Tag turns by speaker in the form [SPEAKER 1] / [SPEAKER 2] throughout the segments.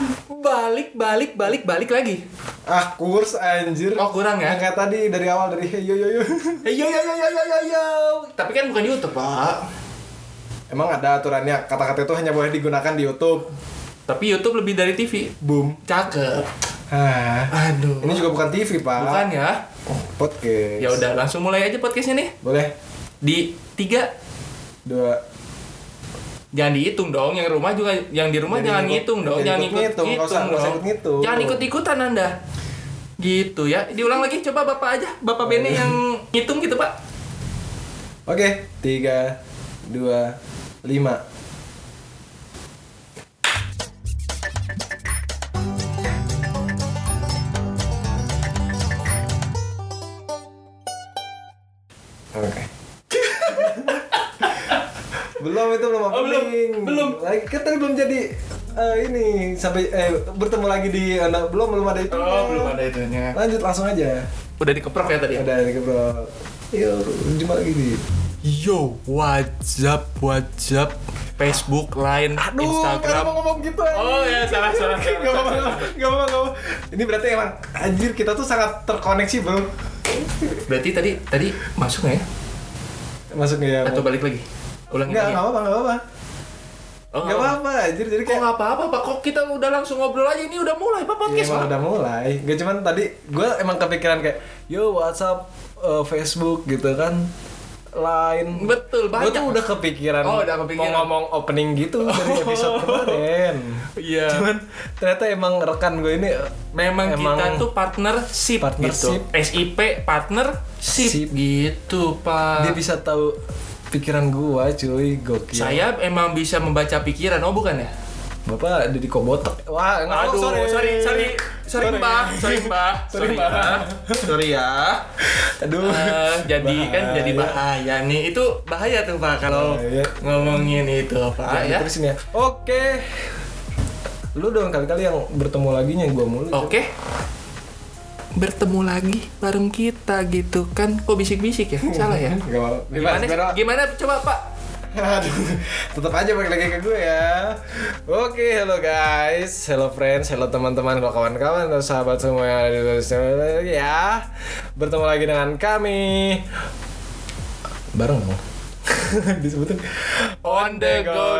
[SPEAKER 1] Balik lagi.
[SPEAKER 2] Kurs anjir.
[SPEAKER 1] Oh, kurang ya?
[SPEAKER 2] Yang kayak tadi dari awal dari hey yo.
[SPEAKER 1] Hey yo. Tapi kan bukan YouTube, Pak.
[SPEAKER 2] Emang ada aturannya kata-kata itu hanya boleh digunakan di YouTube.
[SPEAKER 1] Tapi YouTube lebih dari TV.
[SPEAKER 2] Boom.
[SPEAKER 1] Cakep. Aduh.
[SPEAKER 2] Ini juga bukan TV, Pak.
[SPEAKER 1] Bukan ya?
[SPEAKER 2] Podcast.
[SPEAKER 1] Ya udah, langsung mulai aja podcastnya nih.
[SPEAKER 2] Boleh.
[SPEAKER 1] Di 3,
[SPEAKER 2] 2.
[SPEAKER 1] Jangan dihitung dong, yang rumah juga, yang di rumah jangan ngitung dong, jangan ikut-ngitung dong. Jangan ikut-ikutan Anda. Gitu ya. Diulang lagi, coba Bapak aja, Bapak Bene yang ngitung gitu, Pak.
[SPEAKER 2] Oke, 3, 2, 5. Oke. Belum opening.
[SPEAKER 1] Belum.
[SPEAKER 2] Lagi kan tadi belum jadi ini sampai bertemu lagi di belum ada itu.
[SPEAKER 1] Oh, belum ada itunya.
[SPEAKER 2] Lanjut langsung aja.
[SPEAKER 1] Udah dikeprok ya tadi?
[SPEAKER 2] Udah dikeprok. Yo, jumpa lagi di
[SPEAKER 1] Yo, WhatsApp, Facebook, Line, Instagram.
[SPEAKER 2] Mau ngomong gitu aja.
[SPEAKER 1] Oh ya, salah.
[SPEAKER 2] Gak apa-apa. Ini berarti emang anjir kita tuh sangat terkoneksi, Bro.
[SPEAKER 1] Berarti tadi masuk nggak ya?
[SPEAKER 2] Masuk nggak ya?
[SPEAKER 1] Atau balik lagi? Ulangi lagi.
[SPEAKER 2] Nggak apa-apa.
[SPEAKER 1] Oh,
[SPEAKER 2] nggak apa-apa, anjir. Jadi
[SPEAKER 1] kok
[SPEAKER 2] kayak
[SPEAKER 1] nggak apa-apa, Pak? Kok kita udah langsung ngobrol aja? Ini udah mulai, Pak, podcast,
[SPEAKER 2] emang
[SPEAKER 1] Pak.
[SPEAKER 2] udah mulai. Gak cuman tadi gue emang kepikiran kayak yo WhatsApp, Facebook gitu kan. Line.
[SPEAKER 1] Betul, banyak.
[SPEAKER 2] Gue tuh udah kepikiran mau ngomong opening gitu dari episode kemarin.
[SPEAKER 1] Iya.
[SPEAKER 2] Cuman ternyata emang rekan gue ini
[SPEAKER 1] memang kita tuh partnership gitu. SIP partnership gitu, Pak.
[SPEAKER 2] Dia bisa tahu pikiran gua, cuy, gokil.
[SPEAKER 1] Saya emang bisa membaca pikiran, oh bukan ya?
[SPEAKER 2] Bapak Deddy Kobotak. Wah,
[SPEAKER 1] aduh, sorry Mbah. Sorry ya.
[SPEAKER 2] Aduh.
[SPEAKER 1] Jadi bahaya. Kan jadi bahaya nih. Itu bahaya tuh, Pak, kalau ngomongin itu, Pak, ya.
[SPEAKER 2] Terusin ya. Oke. Lu dong kali-kali yang bertemu laginya gua mulu.
[SPEAKER 1] Oke. Bertemu lagi bareng kita gitu kan. Kok bisik-bisik ya? Salah ya? Gimana coba, Pak?
[SPEAKER 2] Aduh, tetap aja balik lagi ke gue ya. Oke, hello guys, hello friends, hello teman-teman, hello kawan-kawan, hello sahabat semua yang ada di sini ya. Bertemu lagi dengan kami. Bareng dong. Disebutin
[SPEAKER 1] On The Go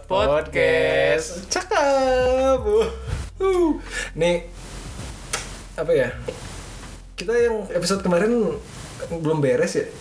[SPEAKER 1] Podcast.
[SPEAKER 2] Cakep. Nih apa ya? Kita yang episode kemarin belum beres ya.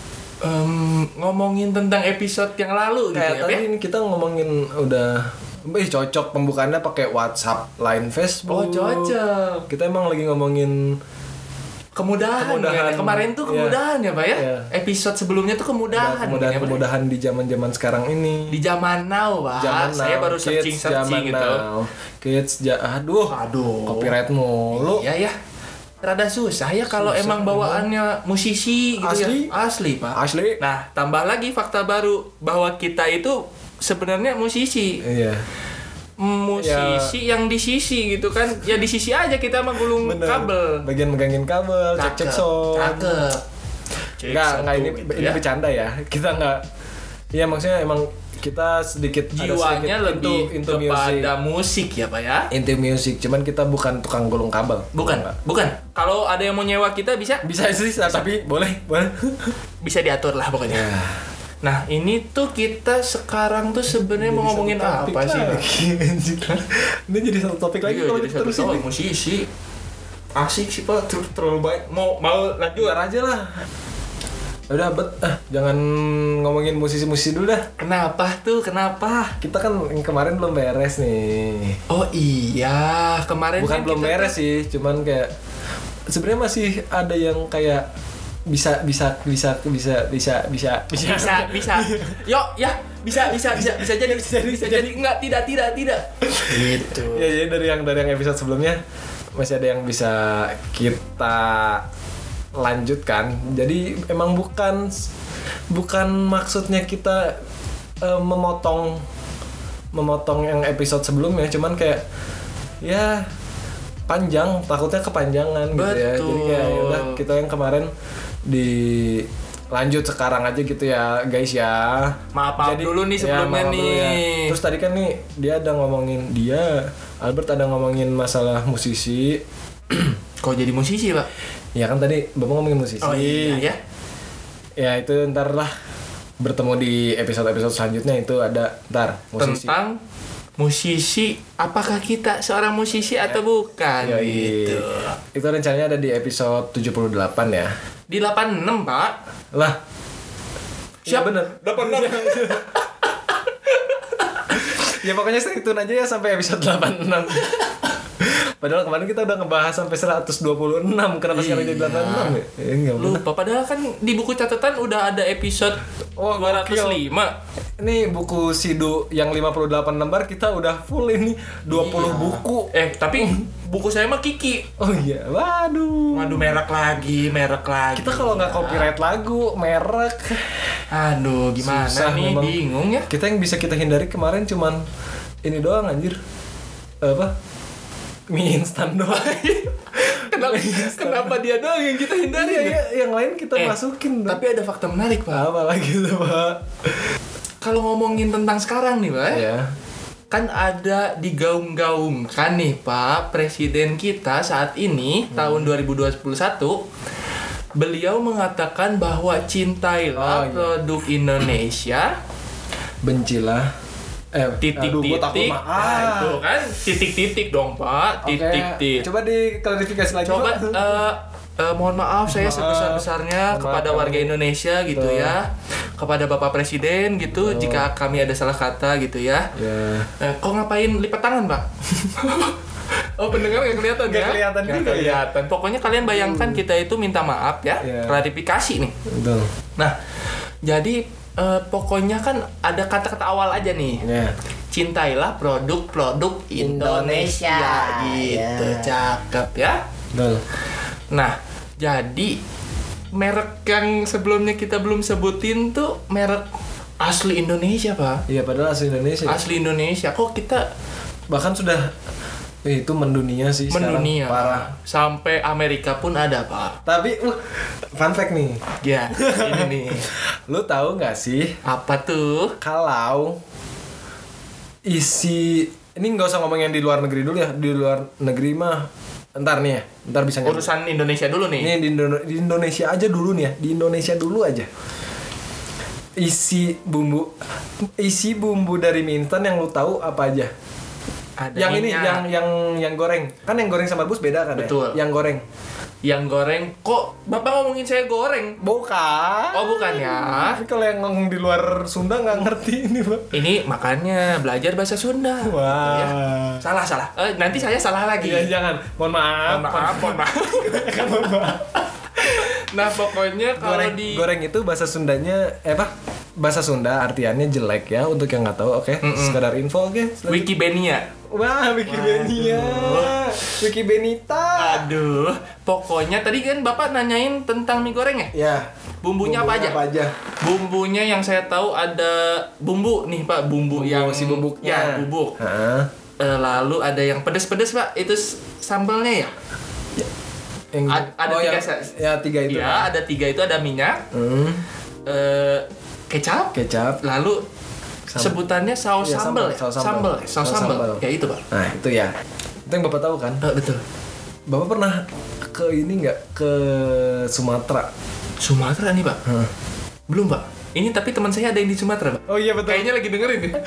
[SPEAKER 1] Ngomongin tentang episode yang lalu gitu
[SPEAKER 2] kayak
[SPEAKER 1] ya.
[SPEAKER 2] Tadi ini kita ngomongin udah cocok pembukaannya pakai WhatsApp, Line, Facebook.
[SPEAKER 1] Oh, cocok.
[SPEAKER 2] Kita emang lagi ngomongin
[SPEAKER 1] kemudahan. Ya. Kemarin tuh kemudahan ya, Pak ya? Yeah. Episode sebelumnya tuh kemudahan
[SPEAKER 2] di zaman-zaman sekarang ini.
[SPEAKER 1] Di zaman now, Pak. Saya baru searching gitu.
[SPEAKER 2] Kids, aduh. Copyright mulu.
[SPEAKER 1] Iya ya. Rada susah ya kalau emang bawaannya musisi gitu. Asli, Pak.
[SPEAKER 2] Asli.
[SPEAKER 1] Nah, tambah lagi fakta baru bahwa kita itu sebenarnya musisi.
[SPEAKER 2] Iya.
[SPEAKER 1] Musisi yang di sisi gitu kan. Ya di sisi aja kita mah gulung kabel.
[SPEAKER 2] Bagian megangin kabel, cek sound.
[SPEAKER 1] Cakep.
[SPEAKER 2] Enggak ini bercanda ya. Kita enggak. Iya, maksudnya emang kita sedikit
[SPEAKER 1] jiwanya lebih kepada musik ya, Pak ya.
[SPEAKER 2] Into music, cuman kita bukan tukang gulung kabel.
[SPEAKER 1] Bukan. Kalau ada yang mau nyewa kita bisa
[SPEAKER 2] sih, tapi boleh.
[SPEAKER 1] Bisa diatur lah pokoknya. Nah, ini tuh kita sekarang tuh sebenarnya mau ngomongin apa sih?
[SPEAKER 2] Ini jadi satu topik lagi kalau
[SPEAKER 1] terus ini musisi. Asik sih, Pak, terlalu baik. Mau lanjut
[SPEAKER 2] aja lah. Udah, jangan ngomongin musisi-musisi dulu dah.
[SPEAKER 1] Kenapa?
[SPEAKER 2] Kita kan yang kemarin belum beres nih.
[SPEAKER 1] Oh iya, kemarin
[SPEAKER 2] bukan belum beres sih, cuman kayak sebenarnya masih ada yang kayak bisa.
[SPEAKER 1] Yuk, ya, bisa jadi. Enggak, tidak. Gitu.
[SPEAKER 2] Ya, jadi dari yang episode sebelumnya masih ada yang bisa kita lanjutkan. Jadi emang bukan maksudnya kita memotong yang episode sebelumnya, cuman kayak ya takutnya kepanjangan. Betul. Gitu ya. Jadi kayak udah kita yang kemarin di lanjut sekarang aja gitu ya guys ya.
[SPEAKER 1] Maaf dulu nih sebelumnya
[SPEAKER 2] ya,
[SPEAKER 1] nih.
[SPEAKER 2] Ya. Terus tadi kan nih Albert ada ngomongin masalah musisi.
[SPEAKER 1] Kok jadi musisi, Pak?
[SPEAKER 2] Ya kan tadi Bapak ngomongin musisi.
[SPEAKER 1] Oh iya ya.
[SPEAKER 2] Ya itu ntar lah bertemu di episode-episode selanjutnya itu ada musisi.
[SPEAKER 1] Tentang musisi, apakah kita seorang musisi atau bukan? Gitu.
[SPEAKER 2] Itu rencananya ada di episode 78 ya.
[SPEAKER 1] Di 86, Pak.
[SPEAKER 2] Lah.
[SPEAKER 1] Siap
[SPEAKER 2] Ya bener.
[SPEAKER 1] 86.
[SPEAKER 2] Ya pokoknya stay tune aja ya sampai episode 86. Padahal kemarin kita udah ngebahas sampai 126. Kenapa sekarang jadi 86 ya? Enggak
[SPEAKER 1] lupa, padahal kan di buku catatan udah ada episode 205.
[SPEAKER 2] Ini buku Sidu yang 58 lembar kita udah full ini 20 buku.
[SPEAKER 1] Tapi buku saya mah Kiki.
[SPEAKER 2] Oh iya, waduh.
[SPEAKER 1] Waduh, merek lagi.
[SPEAKER 2] Kita kalau nggak copyright lagu, merek.
[SPEAKER 1] Aduh, gimana
[SPEAKER 2] susah
[SPEAKER 1] nih?
[SPEAKER 2] Memang.
[SPEAKER 1] Bingung ya.
[SPEAKER 2] Kita yang bisa kita hindari kemarin cuman ini doang anjir. Apa? Mie instan doang.
[SPEAKER 1] Kenapa dia doang yang kita hindari?
[SPEAKER 2] Iya, yang lain kita masukin.
[SPEAKER 1] Tapi ada fakta menarik, Pak.
[SPEAKER 2] Apa lagi tuh, Pak?
[SPEAKER 1] Kalau ngomongin tentang sekarang nih, Pak.
[SPEAKER 2] Iya.
[SPEAKER 1] Kan ada digaung-gaungkan nih, Pak, presiden kita saat ini tahun 2021. Beliau mengatakan bahwa cintailah produk Indonesia,
[SPEAKER 2] bencilah
[SPEAKER 1] titik-titik. Nah, itu kan titik-titik dong, Pak. Titik-titik.
[SPEAKER 2] Coba diklarifikasi lagi.
[SPEAKER 1] Coba mohon maaf saya sebesar-besarnya kepada warga Indonesia gitu ya. Kepada Bapak Presiden gitu jika kami ada salah kata gitu ya. Kok ngapain lipat tangan, Pak? Oh, pendengar nggak kelihatan ya? Nggak kelihatan. Pokoknya kalian bayangkan kita itu minta maaf ya. Klarifikasi nih.
[SPEAKER 2] Betul.
[SPEAKER 1] Nah, jadi pokoknya kan ada kata-kata awal aja nih. Cintailah produk-produk Indonesia gitu. Cakep ya.
[SPEAKER 2] Betul.
[SPEAKER 1] Nah, jadi merek yang sebelumnya kita belum sebutin tuh merek asli Indonesia, Pak.
[SPEAKER 2] Iya, padahal asli Indonesia.
[SPEAKER 1] Asli Indonesia. Kok kita
[SPEAKER 2] bahkan sudah itu mendunia sih
[SPEAKER 1] mendunia.
[SPEAKER 2] Sekarang. Parah.
[SPEAKER 1] Sampai Amerika pun ada, Pak.
[SPEAKER 2] Tapi fun fact nih.
[SPEAKER 1] Ya, ini nih.
[SPEAKER 2] Lu tahu nggak sih?
[SPEAKER 1] Apa tuh?
[SPEAKER 2] Kalau isi ini nggak usah ngomong yang di luar negeri dulu ya. Di luar negeri mah ntar nih ya. Ntar bisa nyambung.
[SPEAKER 1] Urusan Indonesia dulu nih.
[SPEAKER 2] Ini di Indonesia aja dulu nih ya. Di Indonesia dulu aja. Isi bumbu dari mie instan yang lu tahu apa aja?
[SPEAKER 1] Ada
[SPEAKER 2] yang minyak. Ini yang goreng. Kan yang goreng sama rebus beda kan?
[SPEAKER 1] Betul.
[SPEAKER 2] Ya? Yang goreng.
[SPEAKER 1] Yang goreng. Kok Bapak ngomongin saya goreng?
[SPEAKER 2] Bukan.
[SPEAKER 1] Oh, bukan ya.
[SPEAKER 2] Tapi kalau yang ngomong di luar Sunda nggak ngerti ini, Pak.
[SPEAKER 1] Ini makanya belajar bahasa Sunda.
[SPEAKER 2] Wah.
[SPEAKER 1] Ya. Salah. Nanti saya salah lagi.
[SPEAKER 2] Ya, jangan. Mohon maaf.
[SPEAKER 1] Nah, pokoknya kalau
[SPEAKER 2] goreng itu bahasa Sundanya bahasa Sunda artiannya jelek ya untuk yang nggak tahu. Oke. Sekedar info. Oke.
[SPEAKER 1] Wikipedia.
[SPEAKER 2] Wah, Wikipedia. Wikibenita.
[SPEAKER 1] Aduh, pokoknya tadi kan Bapak nanyain tentang mie goreng ya?
[SPEAKER 2] Ya.
[SPEAKER 1] Bumbunya apa aja? Bumbunya yang saya tahu ada bumbu nih, Pak, bumbu yang
[SPEAKER 2] si bubuknya.
[SPEAKER 1] Ya, bubuk. Lalu ada yang pedes-pedes, Pak. Itu sambalnya ya? Ada tiga
[SPEAKER 2] itu.
[SPEAKER 1] Ya, ada tiga itu, ada minyak. Kecap. Lalu sebutannya saus sambal. Saus sambal. Ya itu, Pak.
[SPEAKER 2] Nah, itu ya. Itu yang Bapak tahu kan?
[SPEAKER 1] Betul.
[SPEAKER 2] Bapak pernah ke ini nggak, ke Sumatera?
[SPEAKER 1] Sumatera nih, Pak? Belum, Pak. Ini tapi teman saya ada yang di Sumatera, Pak.
[SPEAKER 2] Oh iya, betul.
[SPEAKER 1] Kayaknya lagi dengerin nih.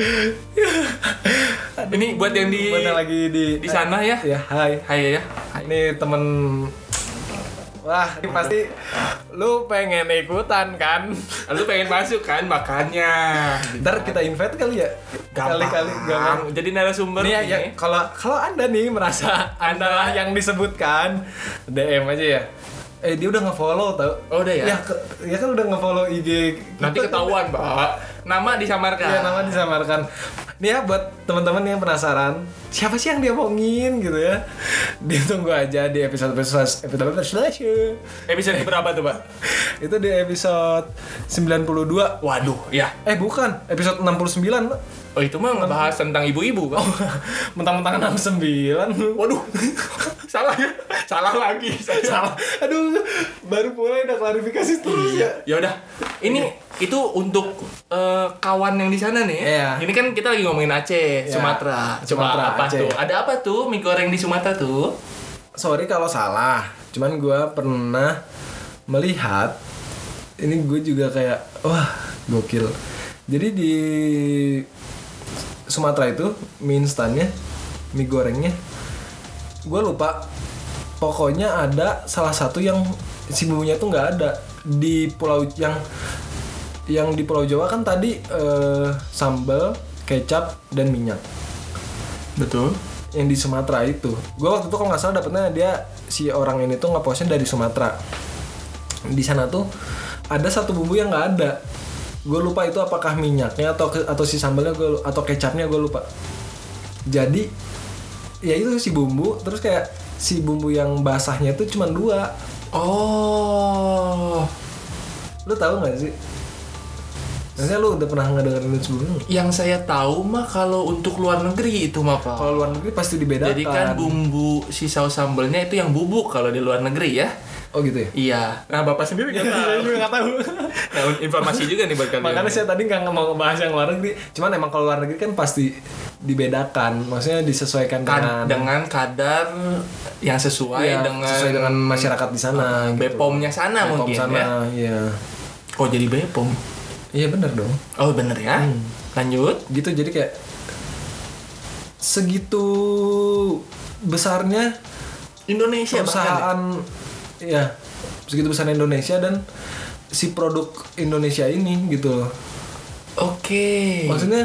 [SPEAKER 1] Ini buat yang
[SPEAKER 2] lagi di
[SPEAKER 1] sana ya.
[SPEAKER 2] Ya, hai ya. Ini temen. Wah, ini pasti lu pengen ikutan kan?
[SPEAKER 1] Lu pengen masuk kan, makanya.
[SPEAKER 2] Ntar kita invite kali ya. Kali-kali gampang.
[SPEAKER 1] Jadi narasumber
[SPEAKER 2] nih ya. Kalau Anda nih merasa Anda yang disebutkan, DM aja ya. Dia udah nge-follow tau.
[SPEAKER 1] Oh, udah ya?
[SPEAKER 2] Ya kan udah nge-follow IG.
[SPEAKER 1] Nanti ketahuan, Pak. Nama disamarkan.
[SPEAKER 2] Iya, nama disamarkan. Nih ya, buat teman-teman yang penasaran, siapa sih yang dia omongin gitu ya? Ditunggu aja di episode
[SPEAKER 1] berapa tuh, Pak?
[SPEAKER 2] Itu di episode 92.
[SPEAKER 1] Waduh, ya.
[SPEAKER 2] Bukan, episode 69, Pak.
[SPEAKER 1] Oh, itu mah ngebahas tentang ibu-ibu, Pak.
[SPEAKER 2] Mentang-mentang 69.
[SPEAKER 1] Waduh. salah ya. Salah lagi.
[SPEAKER 2] Salah. Aduh, baru mulai udah klarifikasi terus ya.
[SPEAKER 1] Ya udah. Ini itu untuk kawan yang di sana nih.
[SPEAKER 2] Iya.
[SPEAKER 1] Ini kan kita lagi ngomongin Aceh,
[SPEAKER 2] Iya.
[SPEAKER 1] Sumatera.
[SPEAKER 2] Sumatera,
[SPEAKER 1] apa
[SPEAKER 2] Aceh.
[SPEAKER 1] tuh? Ada apa tuh mie goreng di Sumatera tuh?
[SPEAKER 2] Sorry kalau salah. Cuman gue pernah melihat ini gue juga kayak wah gokil. Jadi di Sumatera itu mie instannya, mie gorengnya, gue lupa. Pokoknya ada salah satu yang si bumbunya tuh nggak ada di pulau yang di Pulau Jawa kan tadi sambal, kecap dan minyak.
[SPEAKER 1] Betul.
[SPEAKER 2] Yang di Sumatera itu, gue waktu itu kalau nggak salah dapetnya dia si orang ini tuh ngepostin dari Sumatera. Di sana tuh ada satu bumbu yang nggak ada. Gue lupa itu apakah minyaknya atau si sambalnya atau kecapnya gue lupa. Jadi ya itu si bumbu, terus kayak si bumbu yang basahnya tuh cuma 2.
[SPEAKER 1] Oh.
[SPEAKER 2] Lu tahu nggak sih? Maksudnya lu udah pernah ngedengerin itu sebelumnya?
[SPEAKER 1] Yang saya tahu mah kalau untuk luar negeri itu mah Pak.
[SPEAKER 2] Kalau luar negeri pasti dibedakan.
[SPEAKER 1] Jadi kan bumbu si saus sambalnya itu yang bubuk kalau di luar negeri ya.
[SPEAKER 2] Oh gitu ya?
[SPEAKER 1] Iya. Nah Bapak sendiri nggak tahu.
[SPEAKER 2] Saya juga nggak tahu.
[SPEAKER 1] Nah, informasi juga nih buat kalian.
[SPEAKER 2] Makanya saya tadi nggak mau ngebahas yang luar negeri. Cuman emang kalau luar negeri kan pasti dibedakan. Maksudnya disesuaikan
[SPEAKER 1] dengan kadar yang sesuai
[SPEAKER 2] dengan masyarakat di sana. Gitu.
[SPEAKER 1] Bepomnya sana
[SPEAKER 2] Bepom
[SPEAKER 1] mungkin
[SPEAKER 2] sana,
[SPEAKER 1] ya.
[SPEAKER 2] Iya.
[SPEAKER 1] Oh jadi Bepom.
[SPEAKER 2] Iya benar dong.
[SPEAKER 1] Oh bener ya. Lanjut.
[SPEAKER 2] Gitu jadi kayak segitu besarnya
[SPEAKER 1] Indonesia
[SPEAKER 2] perusahaan ya segitu besar Indonesia dan si produk Indonesia ini gitu loh.
[SPEAKER 1] Oke.
[SPEAKER 2] Maksudnya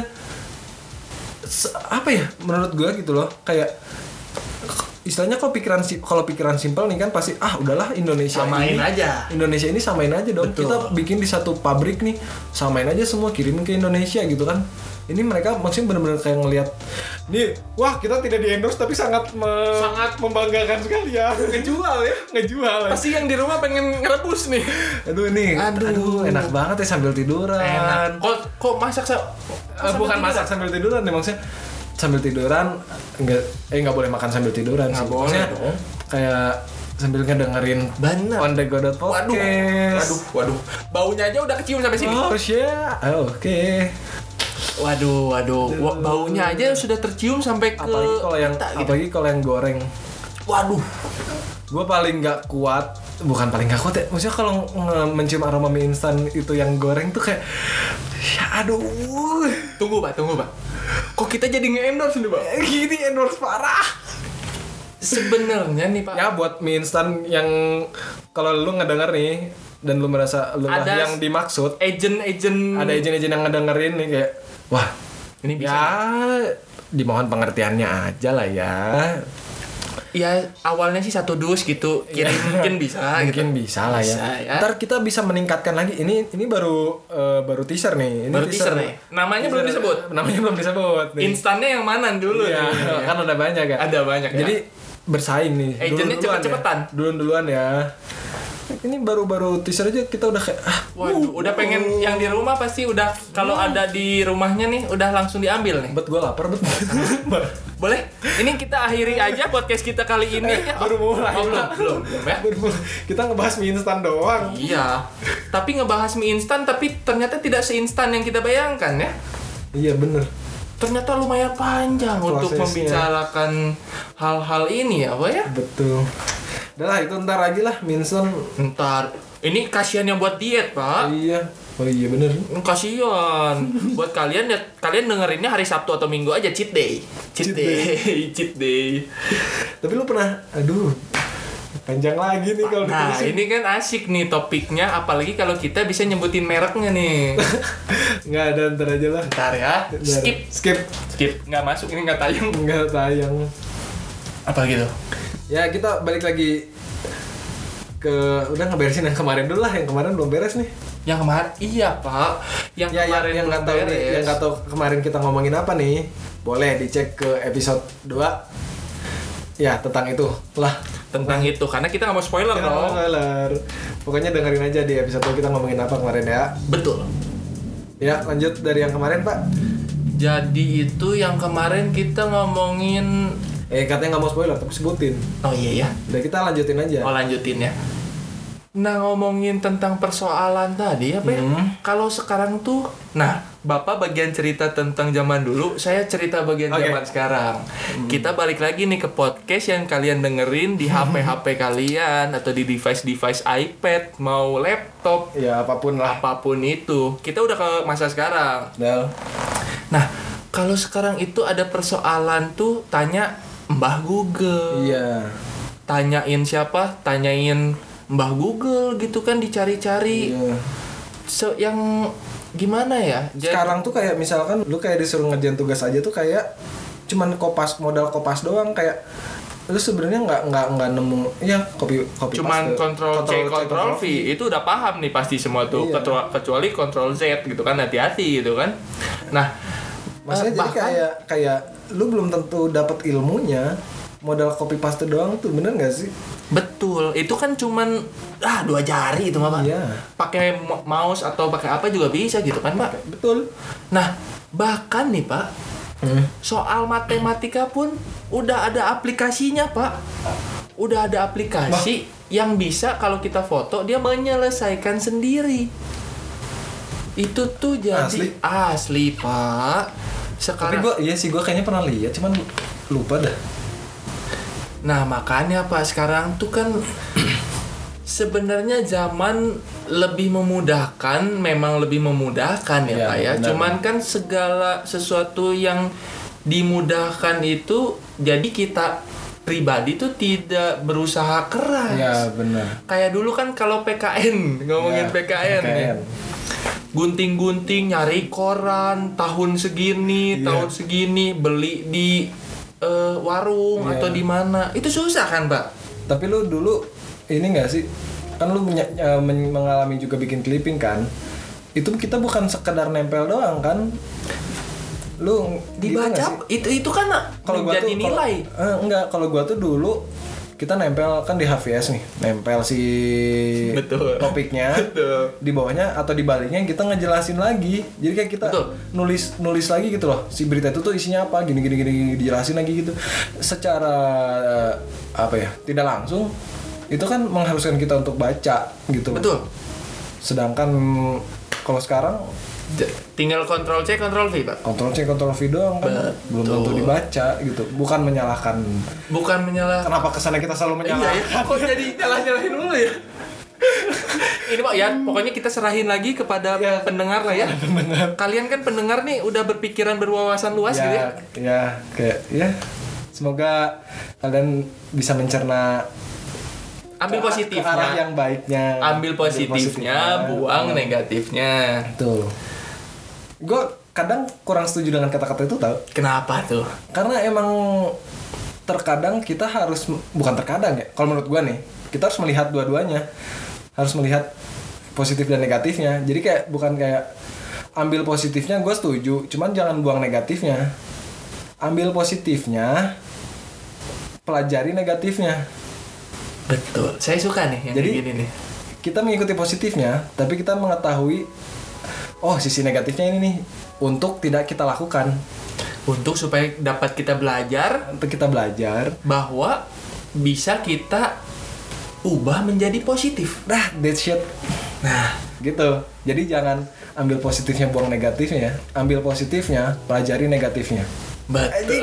[SPEAKER 2] apa ya menurut gue gitu loh, kayak istilahnya kalau pikiran simpel nih kan pasti udahlah Indonesia
[SPEAKER 1] samain
[SPEAKER 2] ini
[SPEAKER 1] aja.
[SPEAKER 2] Indonesia ini samain aja dong.
[SPEAKER 1] Betul.
[SPEAKER 2] Kita bikin di satu pabrik nih, samain aja semua, kirim ke Indonesia gitu kan. Ini mereka maksudnya benar-benar kayak ngelihat nih, wah kita tidak di endorse tapi sangat membanggakan sekali ya. Ngejual.
[SPEAKER 1] Pasti yang di rumah pengen ngerebus nih.
[SPEAKER 2] Aduh, enak banget ya sambil tiduran.
[SPEAKER 1] Enak. Kok masak
[SPEAKER 2] Bukan masak sambil tiduran nih, maksudnya sambil tiduran nggak boleh makan sambil tiduran sih.
[SPEAKER 1] Boleh dong.
[SPEAKER 2] Kayak sambil ngedengerin
[SPEAKER 1] Bener.
[SPEAKER 2] On The Godot Podcast.
[SPEAKER 1] Waduh. Baunya aja udah kecium sampai sini.
[SPEAKER 2] Oh shit. Oke.
[SPEAKER 1] Waduh. Baunya aja sudah tercium sampai ke
[SPEAKER 2] apalagi kalau yang goreng.
[SPEAKER 1] Waduh.
[SPEAKER 2] Gue paling nggak kuat, bukan paling nggak kuat ya. Maksudnya kalau mencium aroma mie instan itu yang goreng tuh kayak, ya aduh.
[SPEAKER 1] Tunggu pak. Kok kita jadi nge-endorse nih pak?
[SPEAKER 2] Gini endorse parah.
[SPEAKER 1] Sebenarnya nih pak.
[SPEAKER 2] Ya buat mie instan yang kalau lu ngedenger nih dan lu merasa lu lah yang dimaksud.
[SPEAKER 1] Agent.
[SPEAKER 2] Ada agent yang ngedengerin nih kayak, wah
[SPEAKER 1] ini bisa.
[SPEAKER 2] Ya dimohon pengertiannya aja lah ya.
[SPEAKER 1] Ya awalnya sih 1 dus gitu, kirim mungkin bisa.
[SPEAKER 2] Mungkin gitu. Bisa lah ya. Ntar kita bisa meningkatkan lagi. Ini baru teaser nih. Ini
[SPEAKER 1] baru teaser nih. Namanya belum disebut.
[SPEAKER 2] Nih.
[SPEAKER 1] Instannya yang mana dulu?
[SPEAKER 2] Iya,
[SPEAKER 1] nih.
[SPEAKER 2] kan ada banyak kan.
[SPEAKER 1] Ada banyak.
[SPEAKER 2] Jadi bersaing nih.
[SPEAKER 1] Agentnya cepet-cepetan.
[SPEAKER 2] Duluan ya. Ini baru teaser aja kita udah kayak
[SPEAKER 1] waduh, udah pengen yang di rumah pasti udah kalau ada di rumahnya nih udah langsung diambil nih.
[SPEAKER 2] Gue lapar
[SPEAKER 1] Boleh? Ini kita akhiri aja podcast kita kali ini.
[SPEAKER 2] Baru mulai.
[SPEAKER 1] Belum ya.
[SPEAKER 2] Kita ngebahas mie instan doang.
[SPEAKER 1] Iya. Tapi ngebahas mie instan tapi ternyata tidak seinstan yang kita bayangkan ya.
[SPEAKER 2] Iya bener.
[SPEAKER 1] Ternyata lumayan panjang
[SPEAKER 2] prosesnya
[SPEAKER 1] untuk membicarakan hal-hal ini ya, Pak ya.
[SPEAKER 2] Betul. Udah lah, itu ntar lagi lah, mie instan.
[SPEAKER 1] Ntar. Ini kasihan yang buat diet, Pak.
[SPEAKER 2] Iya. Oh iya bener.
[SPEAKER 1] Kasihan. Buat kalian ya, kalian dengerinnya hari Sabtu atau Minggu aja, cheat day. Cheat day.
[SPEAKER 2] Tapi lu pernah, aduh, panjang lagi nih kalau
[SPEAKER 1] nah ini kan asik nih topiknya, apalagi kalau kita bisa nyebutin mereknya nih.
[SPEAKER 2] Nggak ada, ntar aja lah.
[SPEAKER 1] Ntar ya. Skip. Nggak masuk, ini nggak tayang. Apa gitu?
[SPEAKER 2] Ya kita balik lagi ke udah ngeberesin yang kemarin dulu lah. Yang kemarin belum beres nih.
[SPEAKER 1] Yang kemarin iya pak. Yang kemarin
[SPEAKER 2] yang nggak tahu nih, yang nggak tahu kemarin kita ngomongin apa nih, boleh dicek ke episode 2. Ya tentang itu lah.
[SPEAKER 1] Tentang itu karena kita nggak mau spoiler dong.
[SPEAKER 2] Spoiler. Pokoknya dengerin aja di episode 2 kita ngomongin apa kemarin ya.
[SPEAKER 1] Betul.
[SPEAKER 2] Ya lanjut dari yang kemarin pak.
[SPEAKER 1] Jadi itu yang kemarin kita ngomongin
[SPEAKER 2] Katanya nggak mau spoiler tapi sebutin.
[SPEAKER 1] Oh iya ya.
[SPEAKER 2] Udah kita lanjutin aja.
[SPEAKER 1] Oh lanjutin ya. Nah ngomongin tentang persoalan tadi apa ya? Kalau sekarang tuh, nah Bapak bagian cerita tentang zaman dulu, saya cerita bagian zaman sekarang. Kita balik lagi nih ke podcast yang kalian dengerin di HP kalian atau di device iPad, mau laptop,
[SPEAKER 2] ya apapun lah.
[SPEAKER 1] Apapun itu, kita udah ke masa sekarang. Nah kalau sekarang itu ada persoalan tuh, tanya Mbah Google.
[SPEAKER 2] Iya.
[SPEAKER 1] Tanyain siapa? Tanyain Mbah Google gitu kan, dicari-cari.
[SPEAKER 2] Iya.
[SPEAKER 1] Yang gimana ya?
[SPEAKER 2] Sekarang tuh kayak misalkan lu kayak disuruh ngerjain tugas aja tuh kayak cuman modal kopas doang, kayak lu sebenarnya nggak nemu ya copy
[SPEAKER 1] cuman Ctrl C Ctrl V itu udah paham nih pasti semua tuh.
[SPEAKER 2] Iya.
[SPEAKER 1] Kecuali Ctrl Z gitu kan, hati-hati gitu kan. Nah,
[SPEAKER 2] maksudnya jadi kayak lu belum tentu dapat ilmunya, modal copy paste doang tuh, bener nggak sih?
[SPEAKER 1] Betul, itu kan cuman 2 jari itu mah Pak.
[SPEAKER 2] Iya.
[SPEAKER 1] Pakai mouse atau pakai apa juga bisa gitu kan Pak.
[SPEAKER 2] Betul.
[SPEAKER 1] Nah, bahkan nih Pak, soal matematika pun udah ada aplikasinya Pak. Udah ada aplikasi yang bisa kalau kita foto dia menyelesaikan sendiri. Itu tuh jadi asli Pak. Sekarang.
[SPEAKER 2] Tapi gue kayaknya pernah lihat, cuman lupa dah.
[SPEAKER 1] Nah makanya Pak, sekarang tuh kan sebenarnya zaman lebih memudahkan, memang lebih memudahkan ya Pak ya. Benar. Cuman kan segala sesuatu yang dimudahkan itu jadi kita pribadi tuh tidak berusaha keras.
[SPEAKER 2] Ya benar.
[SPEAKER 1] Kayak dulu kan kalau PKN, ngomongin PKN. Ya. Gunting-gunting nyari koran tahun segini, tahun segini, beli di warung atau di mana, itu susah kan Pak?
[SPEAKER 2] Tapi lu dulu ini nggak sih, kan lu mengalami juga bikin clipping kan? Itu kita bukan sekedar nempel doang kan? Lu
[SPEAKER 1] dibaca gitu itu kan kalau menjadi nilai.
[SPEAKER 2] Enggak, kalau gua tuh dulu kita nempel kan di HVS nih, nempel si topiknya.
[SPEAKER 1] Betul.
[SPEAKER 2] Di bawahnya atau di baliknya kita ngejelasin lagi. Jadi kayak kita nulis lagi gitu loh. Si berita itu tuh isinya apa, gini dijelasin lagi gitu. Secara tidak langsung itu kan mengharuskan kita untuk baca gitu.
[SPEAKER 1] Betul.
[SPEAKER 2] Sedangkan kalau sekarang
[SPEAKER 1] tinggal Ctrl C Ctrl V Pak.
[SPEAKER 2] Ctrl C Ctrl V doang kan. Belum tentu dibaca gitu. Bukan menyalahkan. Kenapa kesannya kita selalu menyalahkan?
[SPEAKER 1] Iya ya. Kok jadi nyalahin dulu ya? Ini Pak ya, pokoknya kita serahin lagi kepada pendengar lah ya. Kalian kan pendengar nih udah berpikiran berwawasan luas gitu ya.
[SPEAKER 2] Ya, kayak semoga kalian bisa mencerna,
[SPEAKER 1] ambil positifnya,
[SPEAKER 2] ke arah yang baiknya.
[SPEAKER 1] Ambil positifnya, buang negatifnya.
[SPEAKER 2] Tuh. Gue kadang kurang setuju dengan kata-kata itu tau.
[SPEAKER 1] Kenapa tuh?
[SPEAKER 2] Karena emang terkadang kita harus, bukan terkadang ya, kalau menurut gue nih, kita harus melihat dua-duanya. Harus melihat positif dan negatifnya. Jadi bukan kayak ambil positifnya gue setuju, cuman jangan buang negatifnya. Ambil positifnya, pelajari negatifnya.
[SPEAKER 1] Betul, saya suka nih yang kayak gini nih.
[SPEAKER 2] Kita mengikuti positifnya, tapi kita mengetahui sisi negatifnya ini nih untuk tidak kita lakukan.
[SPEAKER 1] Untuk supaya dapat kita belajar.
[SPEAKER 2] Untuk kita belajar
[SPEAKER 1] bahwa bisa kita ubah menjadi positif.
[SPEAKER 2] That shit. Nah, gitu. Jadi jangan ambil positifnya, buang negatifnya. Ambil positifnya, pelajari negatifnya.
[SPEAKER 1] Betul.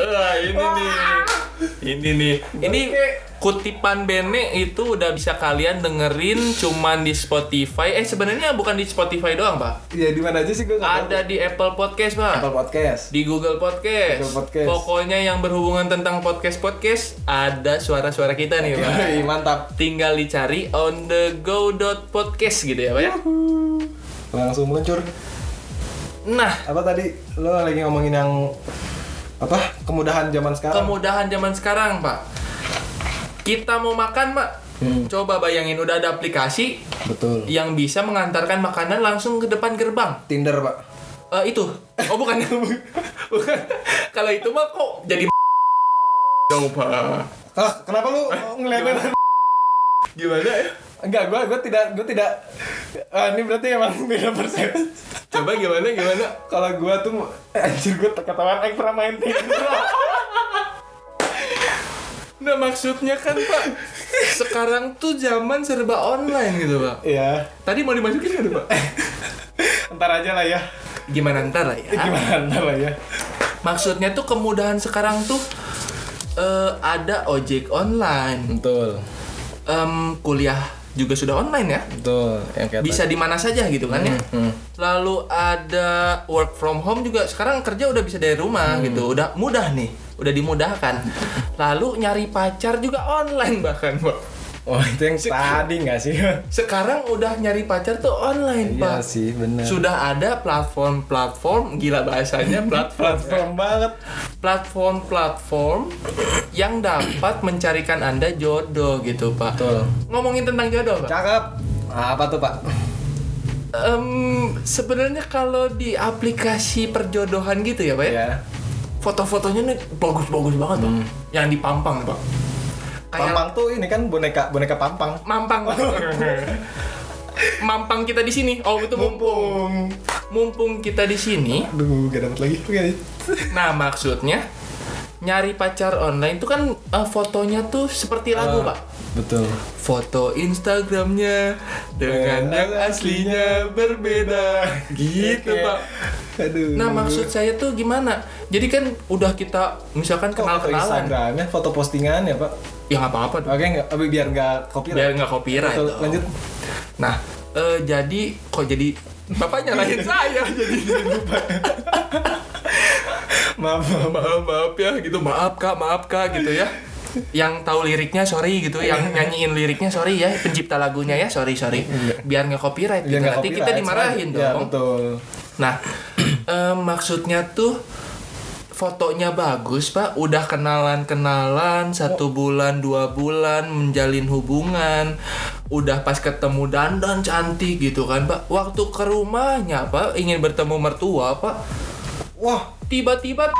[SPEAKER 1] Ini nih. Ini kutipan Bene itu udah bisa kalian dengerin cuman di Spotify. Sebenarnya bukan di Spotify doang, Pak.
[SPEAKER 2] Iya, di mana aja sih gue?
[SPEAKER 1] Ada di Apple Podcast, Pak.
[SPEAKER 2] Apple Podcast.
[SPEAKER 1] Di Google Podcast. Pokoknya yang berhubungan tentang podcast ada suara-suara kita nih, Pak.
[SPEAKER 2] Mantap.
[SPEAKER 1] Tinggal dicari onthego.podcast gitu ya, Pak ya.
[SPEAKER 2] Langsung meluncur.
[SPEAKER 1] Nah,
[SPEAKER 2] apa tadi lo lagi ngomongin yang kemudahan zaman sekarang?
[SPEAKER 1] Kemudahan zaman sekarang, Pak. Kita mau makan, Pak. Coba bayangin udah ada aplikasi.
[SPEAKER 2] Betul.
[SPEAKER 1] Yang bisa mengantarkan makanan langsung ke depan gerbang.
[SPEAKER 2] Tinder, Pak.
[SPEAKER 1] Itu. Bukan. Bukan. Kalau itu mah kok jadi dong, Pak.
[SPEAKER 2] Kenapa lu ngeliatin?
[SPEAKER 1] Gimana ya?
[SPEAKER 2] Enggak, gue tidak. Ini berarti emang beda persepsi.
[SPEAKER 1] Coba gimana?
[SPEAKER 2] Kalau gue tuh, anjir gue ketahuan pernah main Tinder.
[SPEAKER 1] Nah maksudnya kan Pak, sekarang tuh zaman serba online gitu Pak.
[SPEAKER 2] Iya.
[SPEAKER 1] Tadi mau dimasukin nggak tuh Pak?
[SPEAKER 2] Ntar aja lah ya.
[SPEAKER 1] Gimana ntar lah ya? Maksudnya tuh kemudahan sekarang tuh ada ojek online.
[SPEAKER 2] Betul.
[SPEAKER 1] Kuliah juga sudah online ya.
[SPEAKER 2] Betul. Yang
[SPEAKER 1] bisa di mana saja gitu kan ya. Lalu ada work from home juga, sekarang kerja udah bisa dari rumah gitu. Udah mudah nih, udah dimudahkan. Lalu nyari pacar juga online bahkan Pak.
[SPEAKER 2] Oh itu yang tadi nggak sih?
[SPEAKER 1] Sekarang udah nyari pacar tuh online Pak.
[SPEAKER 2] Iya sih benar.
[SPEAKER 1] Sudah ada platform gila bahasanya
[SPEAKER 2] platform banget.
[SPEAKER 1] Platform yang dapat mencarikan Anda jodoh gitu Pak.
[SPEAKER 2] Betul.
[SPEAKER 1] Ngomongin tentang jodoh Pak.
[SPEAKER 2] Cakep. Apa tuh Pak?
[SPEAKER 1] Sebenarnya kalau di aplikasi perjodohan gitu ya Pak ya.
[SPEAKER 2] Iya.
[SPEAKER 1] Foto-fotonya nih bagus-bagus banget Pak. Yang di Pampang Pak.
[SPEAKER 2] Pampang tuh ini kan boneka Pampang.
[SPEAKER 1] Mampang. Mampang kita di sini. Oh itu mumpung kita di sini.
[SPEAKER 2] Aduh, gak dapet lagi.
[SPEAKER 1] Nah maksudnya nyari pacar online itu kan fotonya tuh seperti lagu Pak.
[SPEAKER 2] Betul.
[SPEAKER 1] Foto Instagramnya dengan yang aslinya berbeda. Gitu Pak.
[SPEAKER 2] Aduh.
[SPEAKER 1] Nah maksud saya tuh gimana? Jadi kan udah kita misalkan kenal-kenalan.
[SPEAKER 2] Instagramnya foto postingan ya Pak?
[SPEAKER 1] Ya nggak apa-apa tuh.
[SPEAKER 2] Oke, biar nggak copyright.
[SPEAKER 1] Biar nggak copyright.
[SPEAKER 2] Betul, lanjut.
[SPEAKER 1] Nah, jadi Bapak nyalahin saya jadi lupa. maaf ya gitu. Maaf kak gitu ya. Yang tahu liriknya sorry gitu, yang nyanyiin liriknya sorry ya, pencipta lagunya ya sorry. Biar nggak copyright gitu. Nanti kita dimarahin dong.
[SPEAKER 2] Ya, betul.
[SPEAKER 1] Nah, maksudnya tuh fotonya bagus Pak, udah kenalan 1 bulan 2 bulan menjalin hubungan, udah pas ketemu dandan cantik gitu kan Pak. Waktu ke rumahnya Pak ingin bertemu mertua Pak, wah tiba-tiba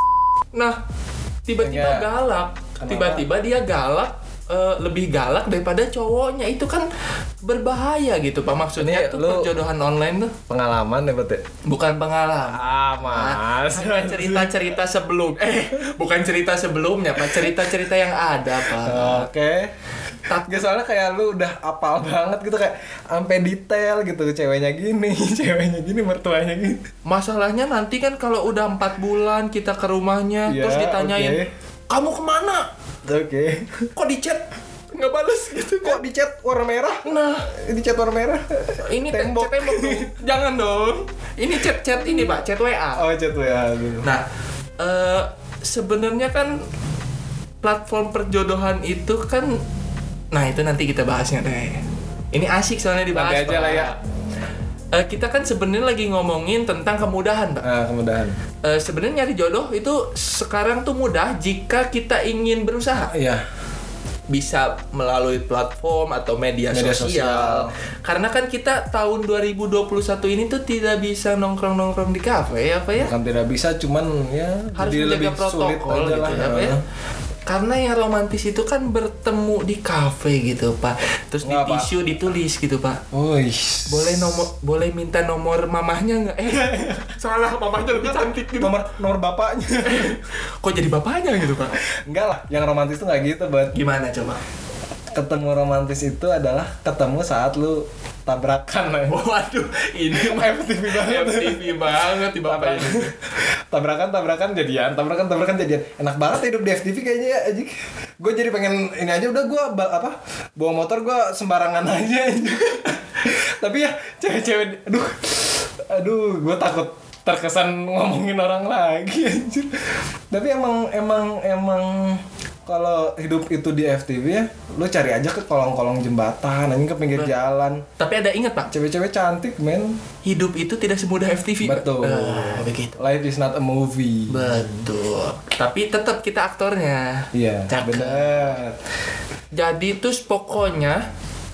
[SPEAKER 1] galak. Tiba-tiba dia galak, lebih galak daripada cowoknya. Itu kan berbahaya gitu Pak. Maksudnya tuh perjodohan online tuh
[SPEAKER 2] pengalaman ya Pak?
[SPEAKER 1] Bukan pengalaman.
[SPEAKER 2] Mas.
[SPEAKER 1] Cerita-cerita bukan cerita sebelumnya Pak. Cerita-cerita yang ada Pak.
[SPEAKER 2] Oke. Tapi soalnya kayak lu udah apal banget gitu, kayak sampai detail gitu, ceweknya gini, mertuanya gini.
[SPEAKER 1] Masalahnya nanti kan kalau udah 4 bulan kita ke rumahnya, terus ditanyain, kamu kemana?
[SPEAKER 2] Oke.
[SPEAKER 1] Kok di chat nggak balas gitu?
[SPEAKER 2] Kok di chat warna merah?
[SPEAKER 1] Nah,
[SPEAKER 2] di chat warna merah.
[SPEAKER 1] Ini tembok dong. Jangan dong. Ini chat ini Pak, chat WA.
[SPEAKER 2] Oh, chat WA.
[SPEAKER 1] Nah, sebenarnya kan platform perjodohan itu kan, nah itu nanti kita bahasnya deh. Ini asik soalnya dibahas.
[SPEAKER 2] Nanti aja lah ya.
[SPEAKER 1] Kita kan sebenarnya lagi ngomongin tentang kemudahan, Pak.
[SPEAKER 2] Kemudahan.
[SPEAKER 1] Sebenarnya nyari jodoh itu sekarang tuh mudah jika kita ingin berusaha.
[SPEAKER 2] Iya.
[SPEAKER 1] Bisa melalui platform atau media sosial. Karena kan kita tahun 2021 ini tuh tidak bisa nongkrong di kafe apa ya?
[SPEAKER 2] Bukan tidak bisa, cuman ya
[SPEAKER 1] harus menjaga
[SPEAKER 2] lebih
[SPEAKER 1] protokol
[SPEAKER 2] sulit
[SPEAKER 1] gitu ya, Pak ya. Karena yang romantis itu kan bertemu di kafe gitu Pak. Terus di tisu ditulis gitu Pak. Boleh minta nomor mamahnya nggak? Salah, mamahnya lebih cantik gitu.
[SPEAKER 2] Nomor bapaknya.
[SPEAKER 1] Kok jadi bapaknya gitu Pak?
[SPEAKER 2] Enggak lah, yang romantis tuh nggak gitu Bang.
[SPEAKER 1] Gimana coba?
[SPEAKER 2] Ketemu romantis itu adalah ketemu saat lu tabrakan lah.
[SPEAKER 1] Waduh, ini FTV banget di bapak ini.
[SPEAKER 2] Tabrakan jadian. Enak banget hidup di FTV kayaknya ya, Ajik. Gue jadi pengen ini aja, udah gue bawa motor gue sembarangan aja. Tapi ya cewek-cewek, aduh, gue takut terkesan ngomongin orang lagi anjir. Tapi emang kalau hidup itu di FTV ya, lu cari aja ke kolong-kolong jembatan, anjing ke pinggir jalan.
[SPEAKER 1] Tapi ada ingat Pak,
[SPEAKER 2] cewek-cewek cantik, men.
[SPEAKER 1] Hidup itu tidak semudah FTV.
[SPEAKER 2] Betul.
[SPEAKER 1] Begitu.
[SPEAKER 2] Life is not a movie.
[SPEAKER 1] Betul. Tapi tetap kita aktornya.
[SPEAKER 2] Iya, benar.
[SPEAKER 1] Jadi terus pokoknya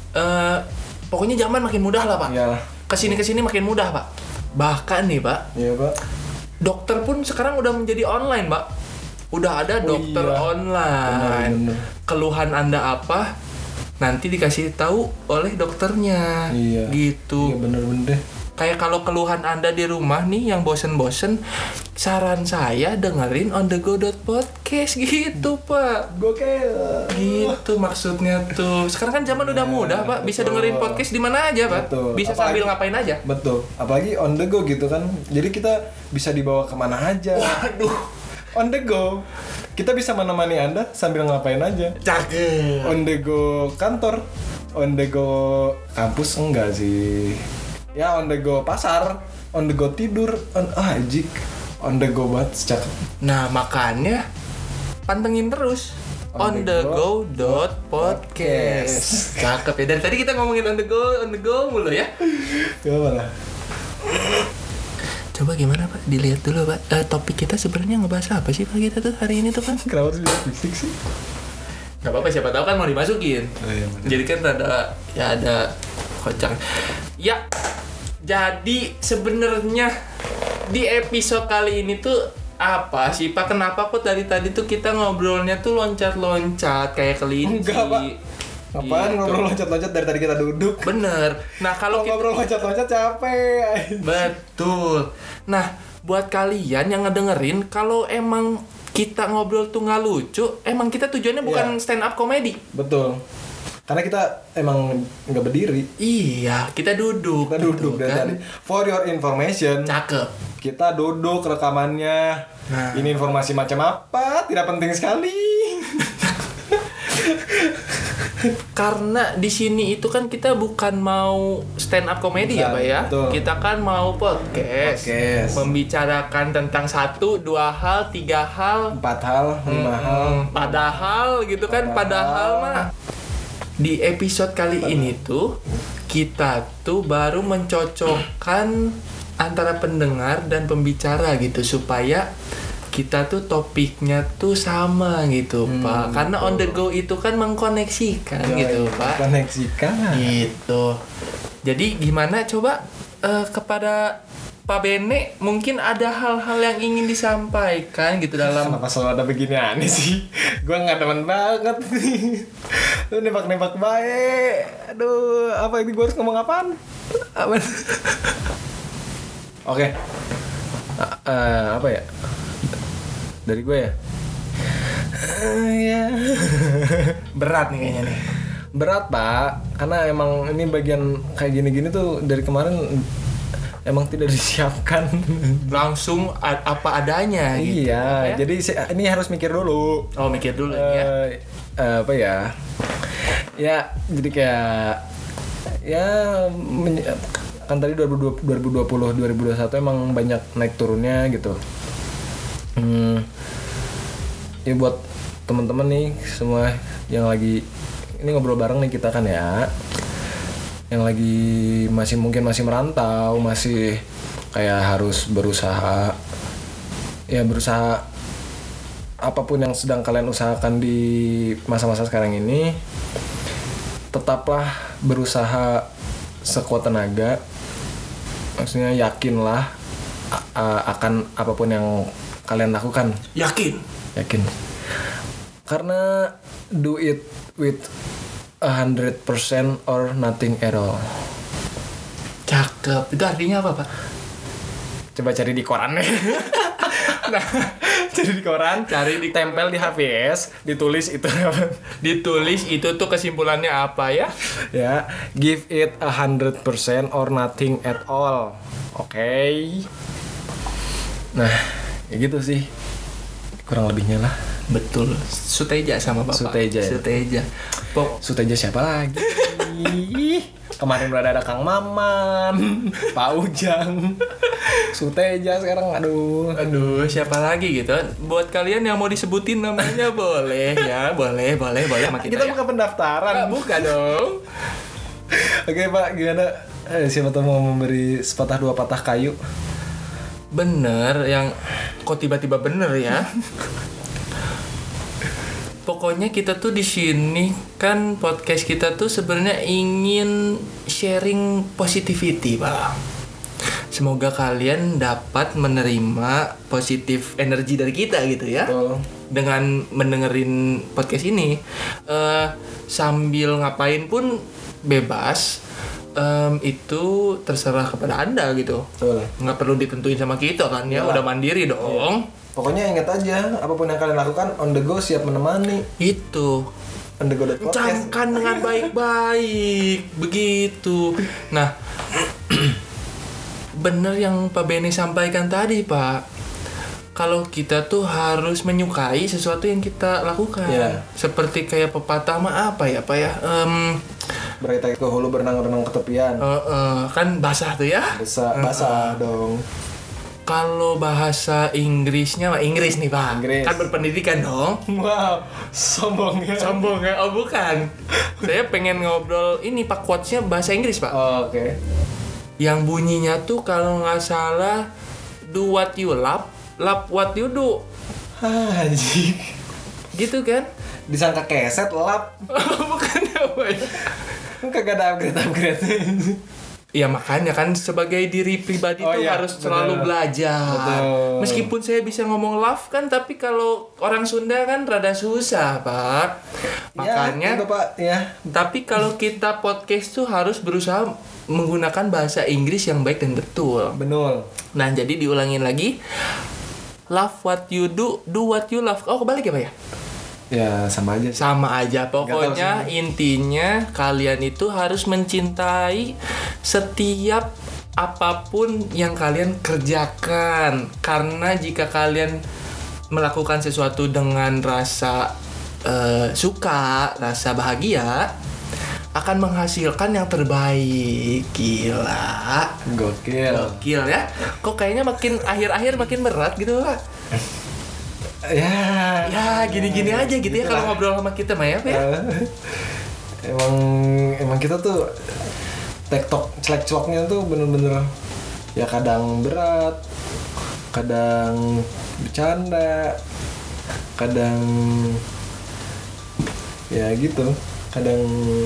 [SPEAKER 1] zaman makin mudah lah Pak.
[SPEAKER 2] Iyalah.
[SPEAKER 1] Kesini makin mudah Pak. Bahkan nih Pak.
[SPEAKER 2] Iya Pak.
[SPEAKER 1] Dokter pun sekarang udah menjadi online Pak. Udah ada dokter online. Bener. Keluhan Anda apa? Nanti dikasih tahu oleh dokternya.
[SPEAKER 2] Iya.
[SPEAKER 1] Gitu.
[SPEAKER 2] Iya bener.
[SPEAKER 1] kayak kalau keluhan Anda di rumah nih yang bosen-bosen, saran saya dengerin On The Go Podcast gitu Pak.
[SPEAKER 2] Gokil.
[SPEAKER 1] Gitu maksudnya tuh. Sekarang kan zaman udah mudah Pak, bisa dengerin podcast di mana aja Pak.
[SPEAKER 2] Betul.
[SPEAKER 1] Bisa sambil ngapain aja.
[SPEAKER 2] Betul. Apalagi on the go gitu kan. Jadi kita bisa dibawa kemana aja.
[SPEAKER 1] Waduh.
[SPEAKER 2] On the go. Kita bisa menemani Anda sambil ngapain aja.
[SPEAKER 1] Cakep.
[SPEAKER 2] On the go kantor. On the go kampus enggak sih. Ya on the go pasar. On the go tidur. Ajik. On the go banget cakep.
[SPEAKER 1] Nah makanya pantengin terus On The Go Podcast. Cakep ya. Dari tadi kita ngomongin on the go mulu ya.
[SPEAKER 2] Coba lah.
[SPEAKER 1] Coba gimana Pak? Dilihat dulu Pak. Topik kita sebenarnya ngebahas apa sih Pak kita tuh hari ini tuh Pak?
[SPEAKER 2] Kenapa harus bisik sih?
[SPEAKER 1] Gak apa-apa, siapa tahu kan mau dimasukin.
[SPEAKER 2] Iya,
[SPEAKER 1] jadi kan ada kocak. Ya. Jadi sebenarnya di episode kali ini tuh apa sih Pak? Kenapa kok dari tadi tuh kita ngobrolnya tuh loncat-loncat kayak kelinci?
[SPEAKER 2] Enggak Pak. Apaan gitu. Ngobrol loncat-loncat dari tadi kita duduk?
[SPEAKER 1] Bener. Nah kalau
[SPEAKER 2] ngobrol loncat-loncat capek.
[SPEAKER 1] Betul. Nah buat kalian yang ngedengerin, kalau emang kita ngobrol tuh nggak lucu, emang kita tujuannya bukan stand up comedy.
[SPEAKER 2] Betul. Karena kita emang nggak berdiri.
[SPEAKER 1] Iya, kita duduk.
[SPEAKER 2] Kita duduk gitu, kan? For your information.
[SPEAKER 1] Cakep.
[SPEAKER 2] Kita duduk rekamannya. Nah. Ini informasi macam apa? Tidak penting sekali.
[SPEAKER 1] Karena di sini itu kan kita bukan mau stand up comedy ya Pak ya.
[SPEAKER 2] Betul.
[SPEAKER 1] Kita kan mau podcast. Membicarakan tentang 1, 2 hal, 3 hal,
[SPEAKER 2] 4 hal, 5 hal.
[SPEAKER 1] Padahal gitu kan, padahal mah di episode kali ini tuh kita tuh baru mencocokkan antara pendengar dan pembicara gitu supaya kita tuh topiknya tuh sama gitu Pak. Karena on the go itu kan mengkoneksikan gitu Pak.
[SPEAKER 2] Koneksikan.
[SPEAKER 1] Gitu. Jadi gimana coba kepada Pak Bene mungkin ada hal-hal yang ingin disampaikan gitu dalam.
[SPEAKER 2] Kenapa selalu ada beginian sih? Gua nggak demen banget nih. Lu nembak-nembak baik. Aduh, apa ini gua harus ngomong apaan? Apa? Oke. Apa ya? Dari gue ya? Ya.
[SPEAKER 1] Berat nih kayaknya nih.
[SPEAKER 2] Berat Pak, karena emang ini bagian kayak gini-gini tuh dari kemarin emang tidak disiapkan.
[SPEAKER 1] Langsung apa adanya gitu.
[SPEAKER 2] Iya, ya? Jadi ini harus mikir dulu.
[SPEAKER 1] Oh, mikir dulu ya.
[SPEAKER 2] Apa ya? Ya, jadi kayak ya kan tadi 2020 2021 emang banyak naik turunnya gitu. Ya buat teman-teman nih semua yang lagi ini ngobrol bareng nih kita kan ya, yang lagi mungkin masih merantau, masih kayak harus berusaha apapun yang sedang kalian usahakan di masa-masa sekarang ini, tetaplah berusaha sekuat tenaga, maksudnya yakinlah akan apapun yang kalian lakukan. Yakin. Karena do it with 100% or nothing at all.
[SPEAKER 1] Cakep. Itu artinya apa Pak?
[SPEAKER 2] Coba cari di koran. Nah, cari di koran, tempel di HVS, ditulis itu.
[SPEAKER 1] Ditulis itu tuh kesimpulannya apa ya?
[SPEAKER 2] Ya, give it 100% or nothing at all. Oke. Nah, ya gitu sih. Kurang lebihnya lah.
[SPEAKER 1] Betul. Suteja sama Bapak. Suteja.
[SPEAKER 2] Suteja siapa lagi? Kemarin udah ada Kang Maman, Pak Ujang, Suteja sekarang aduh
[SPEAKER 1] siapa lagi gitu. Buat kalian yang mau disebutin namanya boleh ya, boleh sama
[SPEAKER 2] kita buka pendaftaran.
[SPEAKER 1] Buka dong.
[SPEAKER 2] Oke Pak, gimana? Siapa tahu mau memberi sepatah dua patah kayu.
[SPEAKER 1] Bener, yang kok tiba-tiba bener ya. Pokoknya kita tuh di sini kan podcast kita tuh sebenarnya ingin sharing positivity, Pak. Semoga kalian dapat menerima positif energi dari kita gitu ya. Dengan mendengerin podcast ini sambil ngapain pun bebas. itu terserah kepada Anda gitu.
[SPEAKER 2] Betul.
[SPEAKER 1] Nggak perlu ditentuin sama kita kan ya, udah mandiri dong.
[SPEAKER 2] Pokoknya ingat aja, apapun yang kalian lakukan, on the go siap menemani.
[SPEAKER 1] Itu.
[SPEAKER 2] On the go podcast.
[SPEAKER 1] Camkan dengan baik-baik, begitu. Nah, bener yang Pak Benny sampaikan tadi, Pak. Kalau kita tuh harus menyukai sesuatu yang kita lakukan. Seperti kayak pepatah mah apa ya, Pak ya?
[SPEAKER 2] Berita ke hulu berenang-renang ke tepian.
[SPEAKER 1] Kan basah tuh ya?
[SPEAKER 2] Basah dong.
[SPEAKER 1] Kalau bahasa Inggrisnya mah Inggris nih, Pak.
[SPEAKER 2] Inggris.
[SPEAKER 1] Kan berpendidikan dong.
[SPEAKER 2] Wow, sombong ya.
[SPEAKER 1] Oh bukan. Saya pengen ngobrol ini Pak, quotes-nya bahasa Inggris, Pak.
[SPEAKER 2] Oke.
[SPEAKER 1] Yang bunyinya tuh kalau nggak salah, do what you love what you do.
[SPEAKER 2] Anjing.
[SPEAKER 1] Gitu kan?
[SPEAKER 2] Disangka keset lap.
[SPEAKER 1] Bukan apa ya?
[SPEAKER 2] Kagak ada upgrade.
[SPEAKER 1] Ya makanya kan sebagai diri pribadi harus selalu belajar.
[SPEAKER 2] Betul.
[SPEAKER 1] Meskipun saya bisa ngomong love kan, tapi kalau orang Sunda kan rada susah, Pak. Makanya
[SPEAKER 2] itu, Pak, ya.
[SPEAKER 1] Tapi kalau kita podcast tuh harus berusaha menggunakan bahasa Inggris yang baik dan betul.
[SPEAKER 2] Betul.
[SPEAKER 1] Nah, jadi diulangin lagi. Love what you do what you love. Oh, kebalik ya, Pak ya?
[SPEAKER 2] Ya sama aja.
[SPEAKER 1] Sama aja. Pokoknya intinya kalian itu harus mencintai setiap apapun yang kalian kerjakan. Karena jika kalian melakukan sesuatu dengan rasa suka, rasa bahagia, akan menghasilkan yang terbaik. Gila. Gokil ya. Kok kayaknya makin akhir-akhir makin berat gitu, Pak. Ya gini-gini aja gitu ya kalau ngobrol sama kita mah ya.
[SPEAKER 2] Emang kita tuh tektok celek-celoknya tuh bener-bener ya kadang berat, kadang bercanda, kadang ya gitu, kadang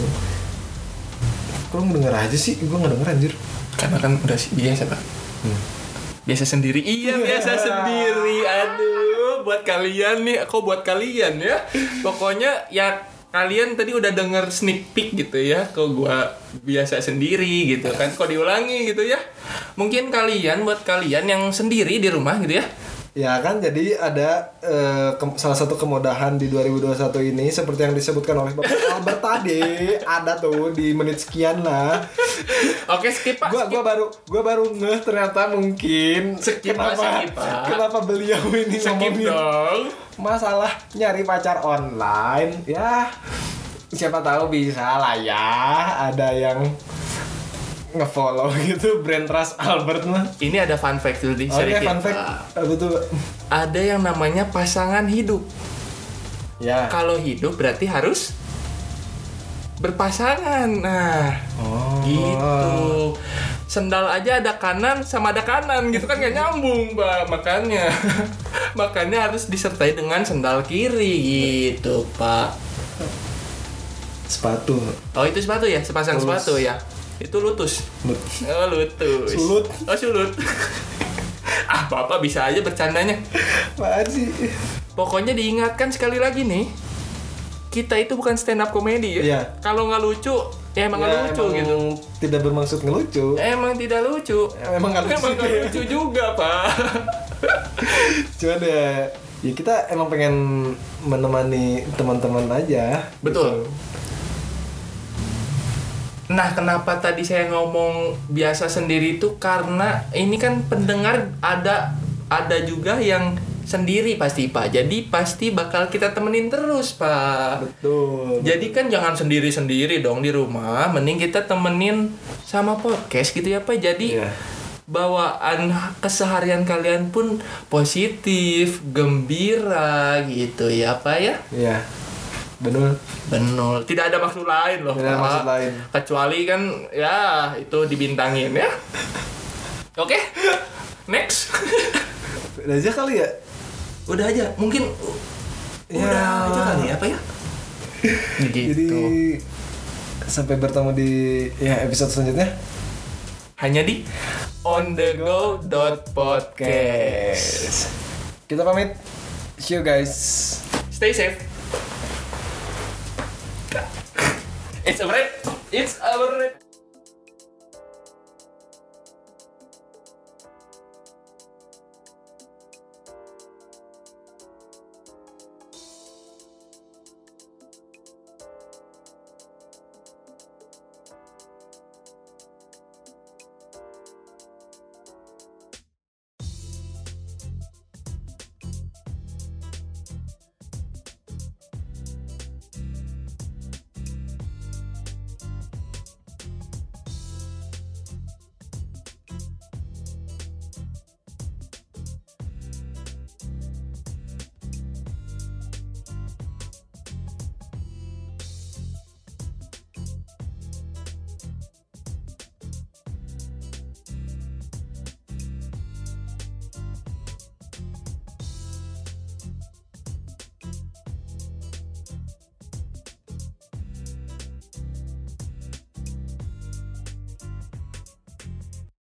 [SPEAKER 2] kok lu denger aja sih, gue nggak denger anjir.
[SPEAKER 1] Karena kan udah biasa, Pak. Biasa sendiri. Iya, biasa sendiri. Aduh, buat kalian nih, aku buat kalian ya. Pokoknya ya kalian tadi udah denger sneak peek gitu ya. Kok gua biasa sendiri gitu kan. Kok diulangi gitu ya. Mungkin buat kalian yang sendiri di rumah gitu ya.
[SPEAKER 2] Ya kan, jadi ada salah satu kemudahan di 2021 ini seperti yang disebutkan oleh Bapak Albert tadi, ada tuh di menit sekian lah.
[SPEAKER 1] Oke, skip Pak.
[SPEAKER 2] Gua baru ngeh ternyata mungkin kenapa beliau ini ngomongin masalah nyari pacar online. Ya, siapa tahu bisa lah ya, ada yang nge-follow gitu brand trust Albert mah.
[SPEAKER 1] Ini ada fun fact dulu di sedikit.
[SPEAKER 2] Fun fact. Betul.
[SPEAKER 1] Ada yang namanya pasangan hidup.
[SPEAKER 2] Ya.
[SPEAKER 1] Kalau hidup berarti harus berpasangan. Nah, gitu. Sendal aja ada kanan sama ada kanan gitu kan, gak nyambung, Mbak. Makanya harus disertai dengan sendal kiri gitu, Pak.
[SPEAKER 2] Sepatu.
[SPEAKER 1] Oh, itu sepatu ya? Sepasang sepatu ya? Itu lutus. Oh, lutus. Sulut. Bapak bisa aja bercandanya.
[SPEAKER 2] Apaan sih?
[SPEAKER 1] Pokoknya diingatkan sekali lagi nih, kita itu bukan stand up comedy ya.
[SPEAKER 2] Iya.
[SPEAKER 1] Kalau nggak lucu, ya emang nggak lucu gitu.
[SPEAKER 2] Tidak bermaksud ngelucu.
[SPEAKER 1] Emang tidak lucu.
[SPEAKER 2] Emang nggak
[SPEAKER 1] lucu juga, Pak.
[SPEAKER 2] Cuman ya kita emang pengen menemani teman-teman aja.
[SPEAKER 1] Betul. Gitu. Nah, kenapa tadi saya ngomong biasa sendiri itu karena ini kan pendengar ada juga yang sendiri pasti, Pak. Jadi pasti bakal kita temenin terus, Pak.
[SPEAKER 2] Betul.
[SPEAKER 1] Jadi kan jangan sendiri-sendiri dong di rumah. Mending kita temenin sama podcast gitu ya, Pak. Jadi bawaan keseharian kalian pun positif, gembira gitu ya, Pak ya.
[SPEAKER 2] Iya. Benar.
[SPEAKER 1] Tidak ada maksud lain loh.
[SPEAKER 2] Tidak ada maksud lain.
[SPEAKER 1] Kecuali kan ya itu dibintangin ya. Oke. Next.
[SPEAKER 2] Udah aja kali ya?
[SPEAKER 1] Udah aja. Mungkin udah aja kali ya, apa ya? Gitu.
[SPEAKER 2] Jadi sampai bertemu di episode selanjutnya.
[SPEAKER 1] Hanya di onthego.podcast.
[SPEAKER 2] Kita pamit. See you guys.
[SPEAKER 1] Stay safe. It's a wrap.